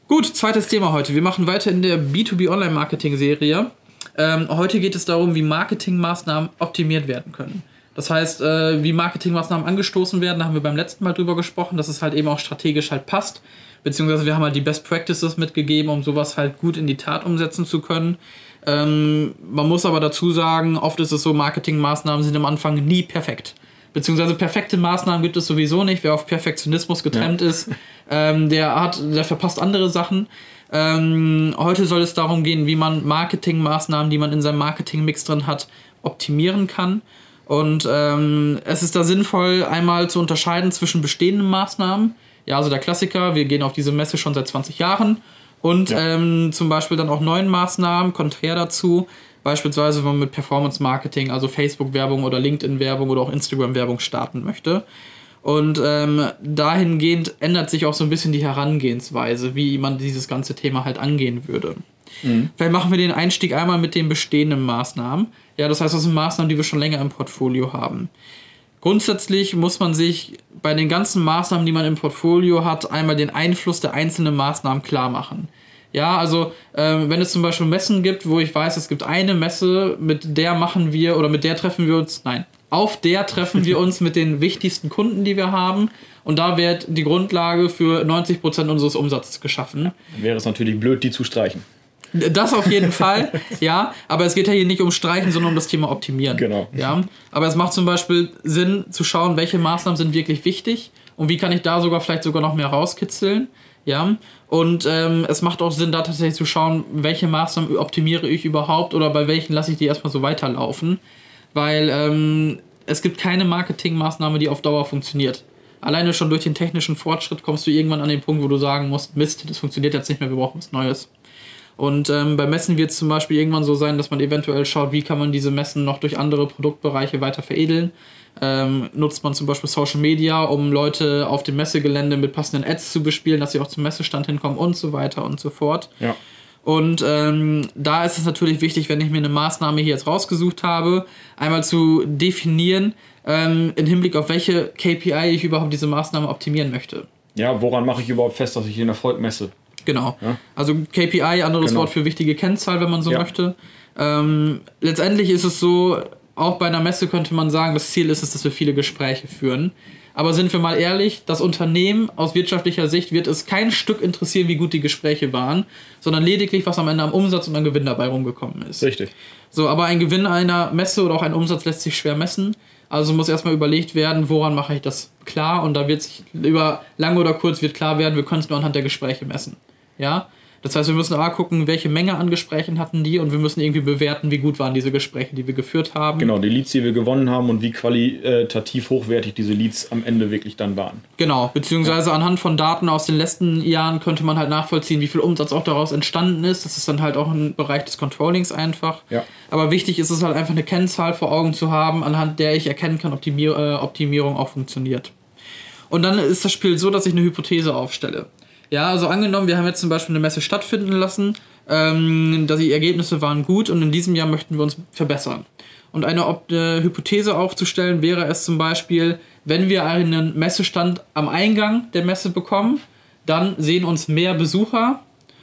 Gut, zweites Thema heute. Wir machen weiter in der B2B-Online-Marketing-Serie. Heute geht es darum, wie Marketingmaßnahmen optimiert werden können. Das heißt, wie Marketingmaßnahmen angestoßen werden, da haben wir beim letzten Mal drüber gesprochen, dass es halt eben auch strategisch halt passt. Beziehungsweise wir haben halt die Best Practices mitgegeben, um sowas halt gut in die Tat umsetzen zu können. Man muss aber dazu sagen, oft ist es so, Marketingmaßnahmen sind am Anfang nie perfekt. Beziehungsweise perfekte Maßnahmen gibt es sowieso nicht. Wer auf Perfektionismus getrennt ist, der verpasst andere Sachen. Heute soll es darum gehen, wie man Marketingmaßnahmen, die man in seinem Marketingmix drin hat, optimieren kann. Und es ist da sinnvoll, einmal zu unterscheiden zwischen bestehenden Maßnahmen. Ja, also der Klassiker, wir gehen auf diese Messe schon seit 20 Jahren. Und zum Beispiel dann auch neuen Maßnahmen, konträr dazu. Beispielsweise, wenn man mit Performance-Marketing, also Facebook-Werbung oder LinkedIn-Werbung oder auch Instagram-Werbung starten möchte. Und dahingehend ändert sich auch so ein bisschen die Herangehensweise, wie man dieses ganze Thema halt angehen würde. Vielleicht machen wir den Einstieg einmal mit den bestehenden Maßnahmen. Ja, das heißt, das sind Maßnahmen, die wir schon länger im Portfolio haben. Grundsätzlich muss man sich bei den ganzen Maßnahmen, die man im Portfolio hat, einmal den Einfluss der einzelnen Maßnahmen klar machen. Ja, also wenn es zum Beispiel Messen gibt, wo ich weiß, es gibt eine Messe, mit der treffen wir uns, auf der treffen wir uns mit den wichtigsten Kunden, die wir haben, und da wird die Grundlage für 90% unseres Umsatzes geschaffen. Wäre es natürlich blöd, die zu streichen. Das auf jeden Fall, ja, aber es geht ja hier nicht um Streichen, sondern um das Thema Optimieren. Genau. Ja, aber es macht zum Beispiel Sinn zu schauen, welche Maßnahmen sind wirklich wichtig und wie kann ich da vielleicht sogar noch mehr rauskitzeln. Ja, und es macht auch Sinn, da tatsächlich zu schauen, welche Maßnahmen optimiere ich überhaupt oder bei welchen lasse ich die erstmal so weiterlaufen, weil es gibt keine Marketingmaßnahme, die auf Dauer funktioniert. Alleine schon durch den technischen Fortschritt kommst du irgendwann an den Punkt, wo du sagen musst, Mist, das funktioniert jetzt nicht mehr, wir brauchen was Neues. Und bei Messen wird es zum Beispiel irgendwann so sein, dass man eventuell schaut, wie kann man diese Messen noch durch andere Produktbereiche weiter veredeln. Nutzt man zum Beispiel Social Media, um Leute auf dem Messegelände mit passenden Ads zu bespielen, dass sie auch zum Messestand hinkommen und so weiter und so fort. Ja. Und da ist es natürlich wichtig, wenn ich mir eine Maßnahme hier jetzt rausgesucht habe, einmal zu definieren, im Hinblick auf welche KPI ich überhaupt diese Maßnahme optimieren möchte. Ja, woran mache ich überhaupt fest, dass ich den Erfolg messe? Genau. Ja? Also KPI, anderes Wort für wichtige Kennzahl, wenn man so möchte. Letztendlich ist es so, auch bei einer Messe könnte man sagen, das Ziel ist es, dass wir viele Gespräche führen. Aber sind wir mal ehrlich, das Unternehmen aus wirtschaftlicher Sicht wird es kein Stück interessieren, wie gut die Gespräche waren, sondern lediglich, was am Ende am Umsatz und am Gewinn dabei rumgekommen ist. Richtig. So, aber ein Gewinn einer Messe oder auch ein Umsatz lässt sich schwer messen. Also muss erstmal überlegt werden, woran mache ich das klar, und da wird sich über lang oder kurz wird klar werden, wir können es nur anhand der Gespräche messen. Ja? Das heißt, wir müssen gucken, welche Menge an Gesprächen hatten die, und wir müssen irgendwie bewerten, wie gut waren diese Gespräche, die wir geführt haben. Genau, die Leads, die wir gewonnen haben, und wie qualitativ hochwertig diese Leads am Ende wirklich dann waren. Genau, beziehungsweise anhand von Daten aus den letzten Jahren könnte man halt nachvollziehen, wie viel Umsatz auch daraus entstanden ist. Das ist dann halt auch ein Bereich des Controllings einfach. Ja. Aber wichtig ist es halt einfach, eine Kennzahl vor Augen zu haben, anhand der ich erkennen kann, ob die Optimierung auch funktioniert. Und dann ist das Spiel so, dass ich eine Hypothese aufstelle. Ja, also angenommen, wir haben jetzt zum Beispiel eine Messe stattfinden lassen, dass die Ergebnisse waren gut, und in diesem Jahr möchten wir uns verbessern. Und eine Hypothese aufzustellen wäre es zum Beispiel, wenn wir einen Messestand am Eingang der Messe bekommen, dann sehen uns mehr Besucher,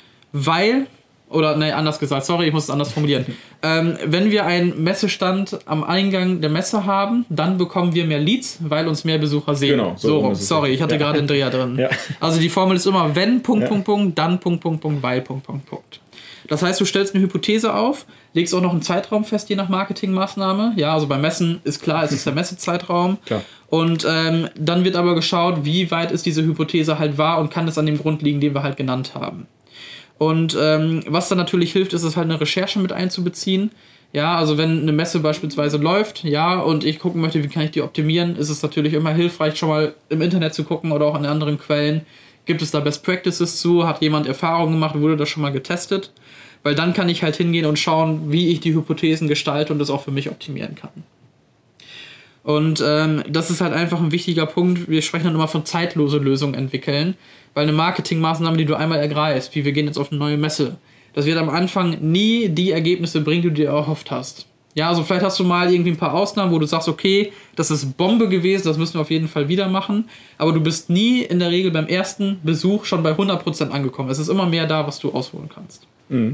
anders gesagt, sorry, ich muss es anders formulieren. Wenn wir einen Messestand am Eingang der Messe haben, dann bekommen wir mehr Leads, weil uns mehr Besucher sehen. Genau, sorry, ich hatte gerade einen Dreher drin. Ja. Also die Formel ist immer, wenn, dann, weil, Das heißt, du stellst eine Hypothese auf, legst auch noch einen Zeitraum fest, je nach Marketingmaßnahme. Ja, also beim Messen ist klar, es ist der Messezeitraum. Klar. Und dann wird aber geschaut, wie weit ist diese Hypothese halt wahr und kann es an dem Grund liegen, den wir halt genannt haben. Und was dann natürlich hilft, ist es halt eine Recherche mit einzubeziehen. Ja, also wenn eine Messe beispielsweise läuft, ja, und ich gucken möchte, wie kann ich die optimieren, ist es natürlich immer hilfreich, schon mal im Internet zu gucken oder auch in anderen Quellen. Gibt es da Best Practices zu? Hat jemand Erfahrungen gemacht? Wurde das schon mal getestet? Weil dann kann ich halt hingehen und schauen, wie ich die Hypothesen gestalte und das auch für mich optimieren kann. Und das ist halt einfach ein wichtiger Punkt. Wir sprechen dann immer von zeitlose Lösungen entwickeln, weil eine Marketingmaßnahme, die du einmal ergreifst, wie wir gehen jetzt auf eine neue Messe, das wird am Anfang nie die Ergebnisse bringen, die du dir erhofft hast. Ja, also vielleicht hast du mal irgendwie ein paar Ausnahmen, wo du sagst, okay, das ist Bombe gewesen, das müssen wir auf jeden Fall wieder machen. Aber du bist nie in der Regel beim ersten Besuch schon bei 100% angekommen. Es ist immer mehr da, was du ausholen kannst. Mhm.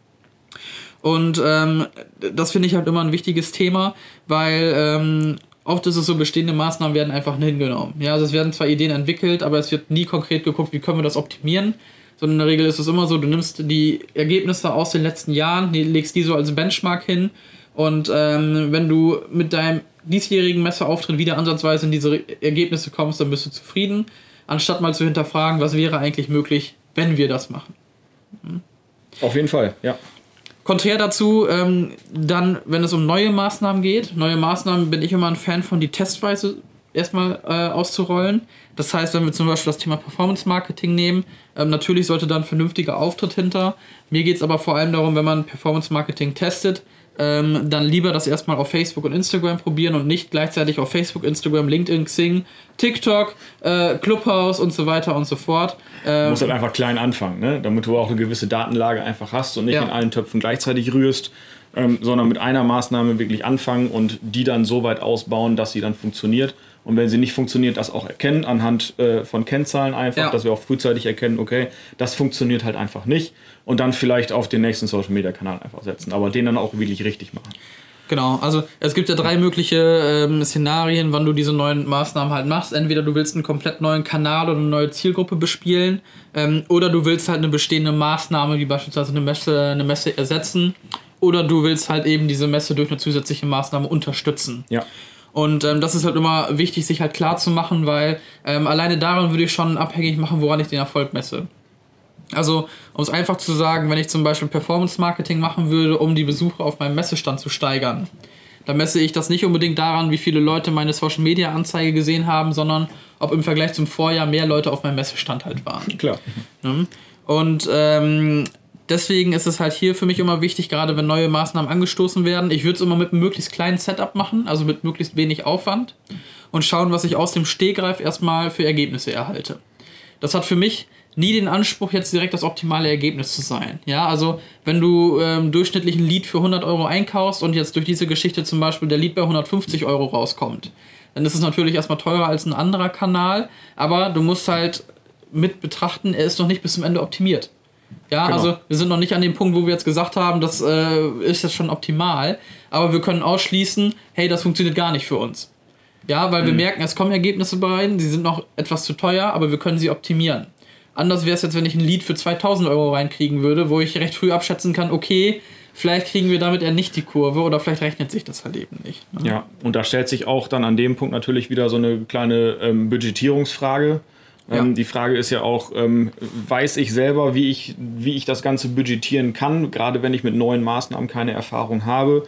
Und das finde ich halt immer ein wichtiges Thema, weil oft ist es so, bestehende Maßnahmen werden einfach hingenommen. Ja, also es werden zwar Ideen entwickelt, aber es wird nie konkret geguckt, wie können wir das optimieren. Sondern in der Regel ist es immer so, du nimmst die Ergebnisse aus den letzten Jahren, legst die so als Benchmark hin. Und wenn du mit deinem diesjährigen Messeauftritt wieder ansatzweise in diese Ergebnisse kommst, dann bist du zufrieden, anstatt mal zu hinterfragen, was wäre eigentlich möglich, wenn wir das machen. Auf jeden Fall, ja. Konträr dazu, dann, wenn es um neue Maßnahmen geht, neue Maßnahmen bin ich immer ein Fan von, die testweise erstmal auszurollen. Das heißt, wenn wir zum Beispiel das Thema Performance Marketing nehmen, natürlich sollte da ein vernünftiger Auftritt hinter. Mir geht es aber vor allem darum, wenn man Performance Marketing testet, dann lieber das erstmal auf Facebook und Instagram probieren und nicht gleichzeitig auf Facebook, Instagram, LinkedIn, Xing, TikTok, Clubhouse und so weiter und so fort. Du musst halt einfach klein anfangen, ne? Damit du auch eine gewisse Datenlage einfach hast und nicht in allen Töpfen gleichzeitig rührst, sondern mit einer Maßnahme wirklich anfangen und die dann so weit ausbauen, dass sie dann funktioniert. Und wenn sie nicht funktioniert, das auch erkennen anhand von Kennzahlen einfach, dass wir auch frühzeitig erkennen, okay, das funktioniert halt einfach nicht. Und dann vielleicht auf den nächsten Social-Media-Kanal einfach setzen, aber den dann auch wirklich richtig machen. Genau, also es gibt ja 3 mögliche Szenarien, wann du diese neuen Maßnahmen halt machst. Entweder du willst einen komplett neuen Kanal oder eine neue Zielgruppe bespielen, oder du willst halt eine bestehende Maßnahme, wie beispielsweise eine Messe ersetzen, oder du willst halt eben diese Messe durch eine zusätzliche Maßnahme unterstützen. Ja. Und das ist halt immer wichtig, sich halt klar zu machen, weil alleine daran würde ich schon abhängig machen, woran ich den Erfolg messe. Also, um es einfach zu sagen, wenn ich zum Beispiel Performance-Marketing machen würde, um die Besucher auf meinem Messestand zu steigern, dann messe ich das nicht unbedingt daran, wie viele Leute meine Social-Media-Anzeige gesehen haben, sondern ob im Vergleich zum Vorjahr mehr Leute auf meinem Messestand halt waren. Klar. Und deswegen ist es halt hier für mich immer wichtig, gerade wenn neue Maßnahmen angestoßen werden, ich würde es immer mit einem möglichst kleinen Setup machen, also mit möglichst wenig Aufwand und schauen, was ich aus dem Stegreif erstmal für Ergebnisse erhalte. Das hat für mich nie den Anspruch, jetzt direkt das optimale Ergebnis zu sein. Ja, also wenn du durchschnittlich ein Lead für 100 Euro einkaufst und jetzt durch diese Geschichte zum Beispiel der Lead bei 150 Euro rauskommt, dann ist es natürlich erstmal teurer als ein anderer Kanal, aber du musst halt mit betrachten, er ist noch nicht bis zum Ende optimiert. Ja, genau. Also wir sind noch nicht an dem Punkt, wo wir jetzt gesagt haben, das ist jetzt schon optimal, aber wir können ausschließen, hey, das funktioniert gar nicht für uns. Ja, weil wir merken, es kommen Ergebnisse rein, sie sind noch etwas zu teuer, aber wir können sie optimieren. Anders wäre es jetzt, wenn ich ein Lead für 2000 Euro reinkriegen würde, wo ich recht früh abschätzen kann, okay, vielleicht kriegen wir damit eher nicht die Kurve oder vielleicht rechnet sich das halt eben nicht. Ne? Ja, und da stellt sich auch dann an dem Punkt natürlich wieder so eine kleine Budgetierungsfrage. Die Frage ist ja auch, weiß ich selber, wie ich das Ganze budgetieren kann, gerade wenn ich mit neuen Maßnahmen keine Erfahrung habe.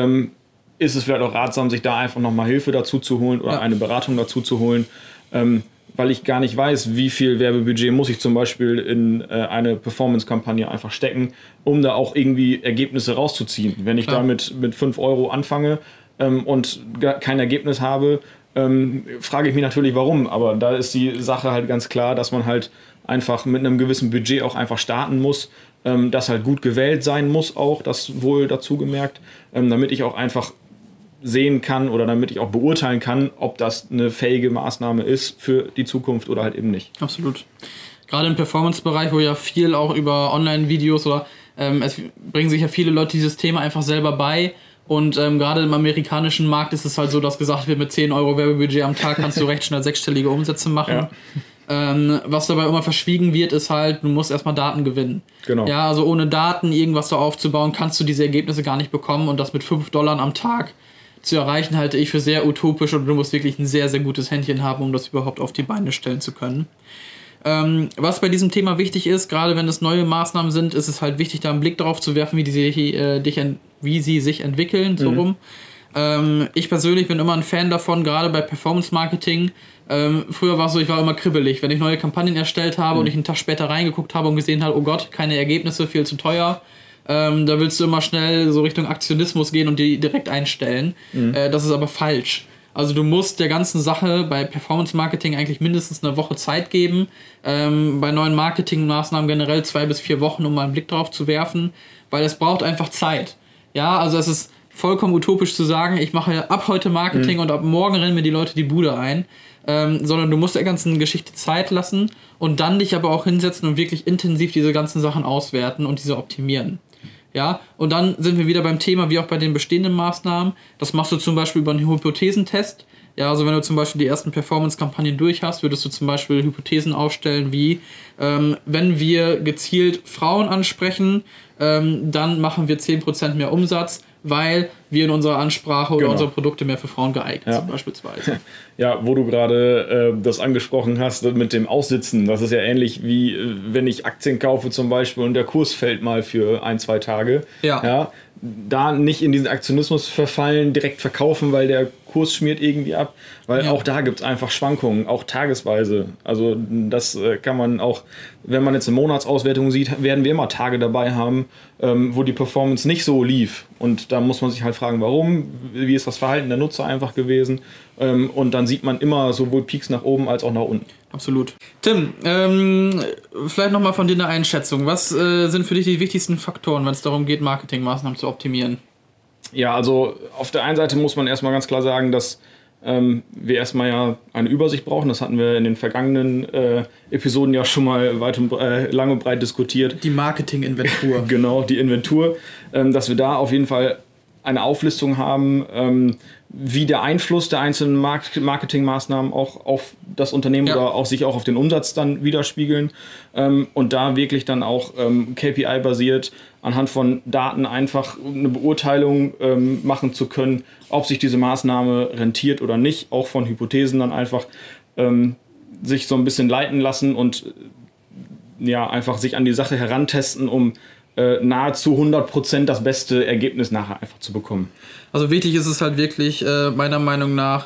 Ist es vielleicht auch ratsam, sich da einfach nochmal Hilfe dazu zu holen oder eine Beratung dazu zu holen, weil ich gar nicht weiß, wie viel Werbebudget muss ich zum Beispiel in eine Performance-Kampagne einfach stecken, um da auch irgendwie Ergebnisse rauszuziehen. Wenn ich da mit 5 Euro anfange und kein Ergebnis habe, frage ich mich natürlich, warum. Aber da ist die Sache halt ganz klar, dass man halt einfach mit einem gewissen Budget auch einfach starten muss, das halt gut gewählt sein muss auch, das wohl dazu gemerkt, damit ich auch einfach sehen kann oder damit ich auch beurteilen kann, ob das eine fähige Maßnahme ist für die Zukunft oder halt eben nicht. Absolut. Gerade im Performance-Bereich, wo ja viel auch über Online-Videos oder es bringen sich ja viele Leute dieses Thema einfach selber bei und gerade im amerikanischen Markt ist es halt so, dass gesagt wird, mit 10 Euro Werbebudget am Tag kannst du recht schnell 6-stellige Umsätze machen. Ja. Was dabei immer verschwiegen wird, ist halt, du musst erstmal Daten gewinnen. Genau. Ja, also ohne Daten irgendwas da aufzubauen, kannst du diese Ergebnisse gar nicht bekommen und das mit $5 am Tag zu erreichen, halte ich für sehr utopisch und du musst wirklich ein sehr, sehr gutes Händchen haben, um das überhaupt auf die Beine stellen zu können. Was bei diesem Thema wichtig ist, gerade wenn es neue Maßnahmen sind, ist es halt wichtig, da einen Blick drauf zu werfen, wie sie sich entwickeln, so rum. Ich persönlich bin immer ein Fan davon, gerade bei Performance Marketing. Früher war es so, ich war immer kribbelig, wenn ich neue Kampagnen erstellt habe und ich einen Tag später reingeguckt habe und gesehen habe, oh Gott, keine Ergebnisse, viel zu teuer. Da willst du immer schnell so Richtung Aktionismus gehen und die direkt einstellen. Das ist aber falsch. Also du musst der ganzen Sache bei Performance Marketing eigentlich mindestens eine Woche Zeit geben. Bei neuen Marketingmaßnahmen generell 2 bis 4 Wochen, um mal einen Blick drauf zu werfen, weil es braucht einfach Zeit. Ja, also es ist vollkommen utopisch zu sagen, ich mache ab heute Marketing und ab morgen rennen mir die Leute die Bude ein, sondern du musst der ganzen Geschichte Zeit lassen und dann dich aber auch hinsetzen und wirklich intensiv diese ganzen Sachen auswerten und diese optimieren. Ja, und dann sind wir wieder beim Thema, wie auch bei den bestehenden Maßnahmen. Das machst du zum Beispiel über einen Hypothesentest. Ja, also wenn du zum Beispiel die ersten Performance-Kampagnen durch hast, würdest du zum Beispiel Hypothesen aufstellen wie, wenn wir gezielt Frauen ansprechen, dann machen wir 10% mehr Umsatz, weil wir in unserer Ansprache oder unsere Produkte mehr für Frauen geeignet sind beispielsweise. Ja, wo du gerade das angesprochen hast mit dem Aussitzen, das ist ja ähnlich wie wenn ich Aktien kaufe zum Beispiel und der Kurs fällt mal für 1-2 Tage. Ja, da nicht in diesen Aktionismus verfallen, direkt verkaufen, weil der Kurs schmiert irgendwie ab, weil auch da gibt es einfach Schwankungen, auch tagesweise. Also das kann man auch, wenn man jetzt eine Monatsauswertung sieht, werden wir immer Tage dabei haben, wo die Performance nicht so lief. Und da muss man sich halt fragen, warum, wie ist das Verhalten der Nutzer einfach gewesen. Und dann sieht man immer sowohl Peaks nach oben als auch nach unten. Absolut. Tim, vielleicht nochmal von dir eine Einschätzung. Was sind für dich die wichtigsten Faktoren, wenn es darum geht, Marketingmaßnahmen zu optimieren? Ja, also auf der einen Seite muss man erstmal ganz klar sagen, dass wir erstmal ja eine Übersicht brauchen. Das hatten wir in den vergangenen Episoden ja schon mal lang und breit diskutiert. Die Marketing-Inventur. Genau, die Inventur. Dass wir da auf jeden Fall eine Auflistung haben, wie der Einfluss der einzelnen Marketingmaßnahmen auch auf das Unternehmen oder auch sich auch auf den Umsatz dann widerspiegeln und da wirklich dann auch KPI-basiert anhand von Daten einfach eine Beurteilung machen zu können, ob sich diese Maßnahme rentiert oder nicht, auch von Hypothesen dann einfach sich so ein bisschen leiten lassen und einfach sich an die Sache herantesten, um nahezu 100% das beste Ergebnis nachher einfach zu bekommen. Also wichtig ist es halt wirklich, meiner Meinung nach,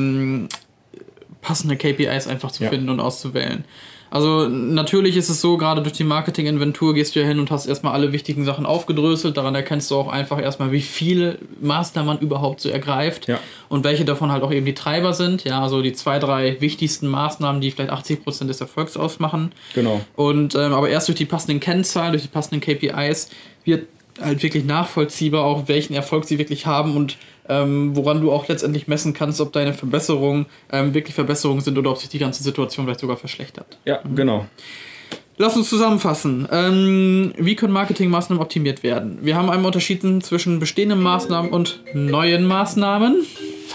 passende KPIs einfach zu finden und auszuwählen. Also natürlich ist es so, gerade durch die Marketing-Inventur gehst du ja hin und hast erstmal alle wichtigen Sachen aufgedröselt. Daran erkennst du auch einfach erstmal, wie viele Maßnahmen man überhaupt so ergreift und welche davon halt auch eben die Treiber sind. Ja, also die 2-3 wichtigsten Maßnahmen, die vielleicht 80% des Erfolgs ausmachen. Genau. Und aber erst durch die passenden Kennzahlen, durch die passenden KPIs wird halt wirklich nachvollziehbar, auch welchen Erfolg sie wirklich haben und woran du auch letztendlich messen kannst, ob deine Verbesserungen wirklich Verbesserungen sind oder ob sich die ganze Situation vielleicht sogar verschlechtert. Ja, genau. Lass uns zusammenfassen. Wie können Marketingmaßnahmen optimiert werden? Wir haben einmal unterschieden zwischen bestehenden Maßnahmen und neuen Maßnahmen.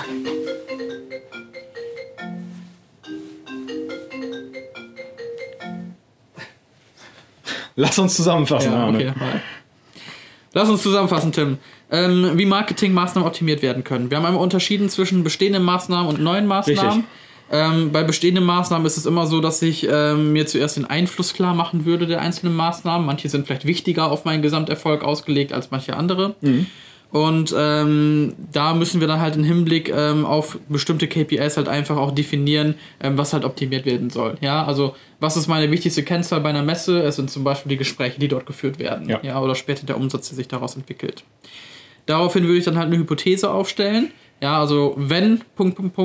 Lass uns zusammenfassen, Arne. Lass uns zusammenfassen, Tim. Wie Marketingmaßnahmen optimiert werden können. Wir haben einmal unterschieden zwischen bestehenden Maßnahmen und neuen Maßnahmen. Bei bestehenden Maßnahmen ist es immer so, dass ich mir zuerst den Einfluss klar machen würde der einzelnen Maßnahmen. Manche sind vielleicht wichtiger auf meinen Gesamterfolg ausgelegt als manche andere. Und da müssen wir dann halt im Hinblick auf bestimmte KPIs halt einfach auch definieren, was halt optimiert werden soll. Ja, also was ist meine wichtigste Kennzahl bei einer Messe? Es sind zum Beispiel die Gespräche, die dort geführt werden. Ja, oder später der Umsatz, der sich daraus entwickelt. Daraufhin würde ich dann halt eine Hypothese aufstellen. Ja, also wenn ... dann ...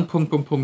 weil ...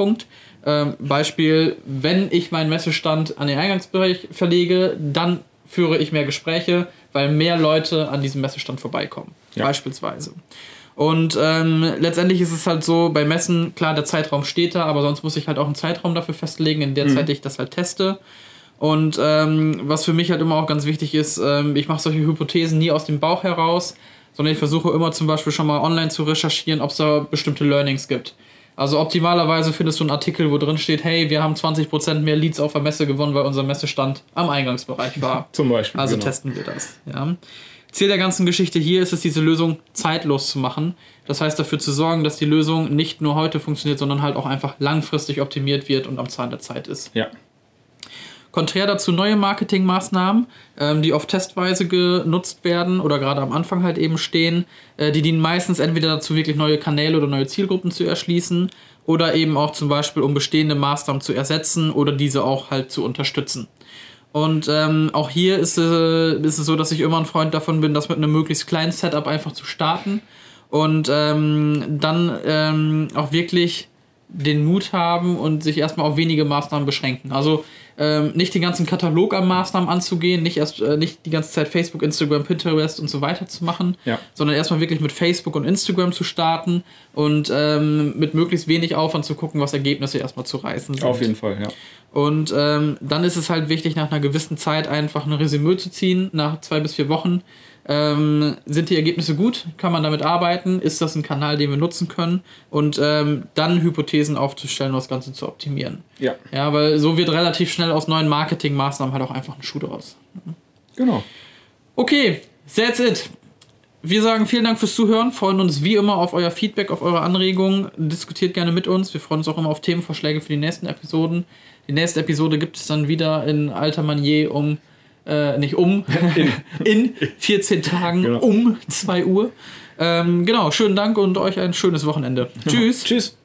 Beispiel, wenn ich meinen Messestand an den Eingangsbereich verlege, dann führe ich mehr Gespräche, weil mehr Leute an diesem Messestand vorbeikommen. Beispielsweise. Und letztendlich ist es halt so, bei Messen, klar, der Zeitraum steht da, aber sonst muss ich halt auch einen Zeitraum dafür festlegen, in der Zeit ich das halt teste. Und was für mich halt immer auch ganz wichtig ist, ich mache solche Hypothesen nie aus dem Bauch heraus, sondern ich versuche immer zum Beispiel schon mal online zu recherchieren, ob es da bestimmte Learnings gibt. Also optimalerweise findest du einen Artikel, wo drin steht, hey, wir haben 20% mehr Leads auf der Messe gewonnen, weil unser Messestand am Eingangsbereich war. Zum Beispiel. Also testen wir das. Ja. Ziel der ganzen Geschichte hier ist es, diese Lösung zeitlos zu machen. Das heißt, dafür zu sorgen, dass die Lösung nicht nur heute funktioniert, sondern halt auch einfach langfristig optimiert wird und am Zahn der Zeit ist. Ja. Konträr dazu neue Marketingmaßnahmen, die oft testweise genutzt werden oder gerade am Anfang halt eben stehen. Die dienen meistens entweder dazu, wirklich neue Kanäle oder neue Zielgruppen zu erschließen oder eben auch zum Beispiel, um bestehende Maßnahmen zu ersetzen oder diese auch halt zu unterstützen. Und auch hier ist es so, dass ich immer ein Freund davon bin, das mit einem möglichst kleinen Setup einfach zu starten und dann auch wirklich den Mut haben und sich erstmal auf wenige Maßnahmen beschränken. Also nicht den ganzen Katalog an Maßnahmen anzugehen, nicht die ganze Zeit Facebook, Instagram, Pinterest und so weiter zu machen, sondern erstmal wirklich mit Facebook und Instagram zu starten und mit möglichst wenig Aufwand zu gucken, was Ergebnisse erstmal zu reißen sind. Auf jeden Fall, ja. Und dann ist es halt wichtig, nach einer gewissen Zeit einfach ein Resümee zu ziehen, nach 2 bis 4 Wochen. Sind die Ergebnisse gut? Kann man damit arbeiten? Ist das ein Kanal, den wir nutzen können? Und dann Hypothesen aufzustellen, um das Ganze zu optimieren. Ja. Ja, weil so wird relativ schnell aus neuen Marketingmaßnahmen halt auch einfach ein Schuh draus. Genau. Okay, that's it. Wir sagen vielen Dank fürs Zuhören, freuen uns wie immer auf euer Feedback, auf eure Anregungen. Diskutiert gerne mit uns. Wir freuen uns auch immer auf Themenvorschläge für die nächsten Episoden. Die nächste Episode gibt es dann wieder in alter Manier in 14 Tagen um 2 Uhr. Genau, schönen Dank und euch ein schönes Wochenende. Tschüss. Tschüss.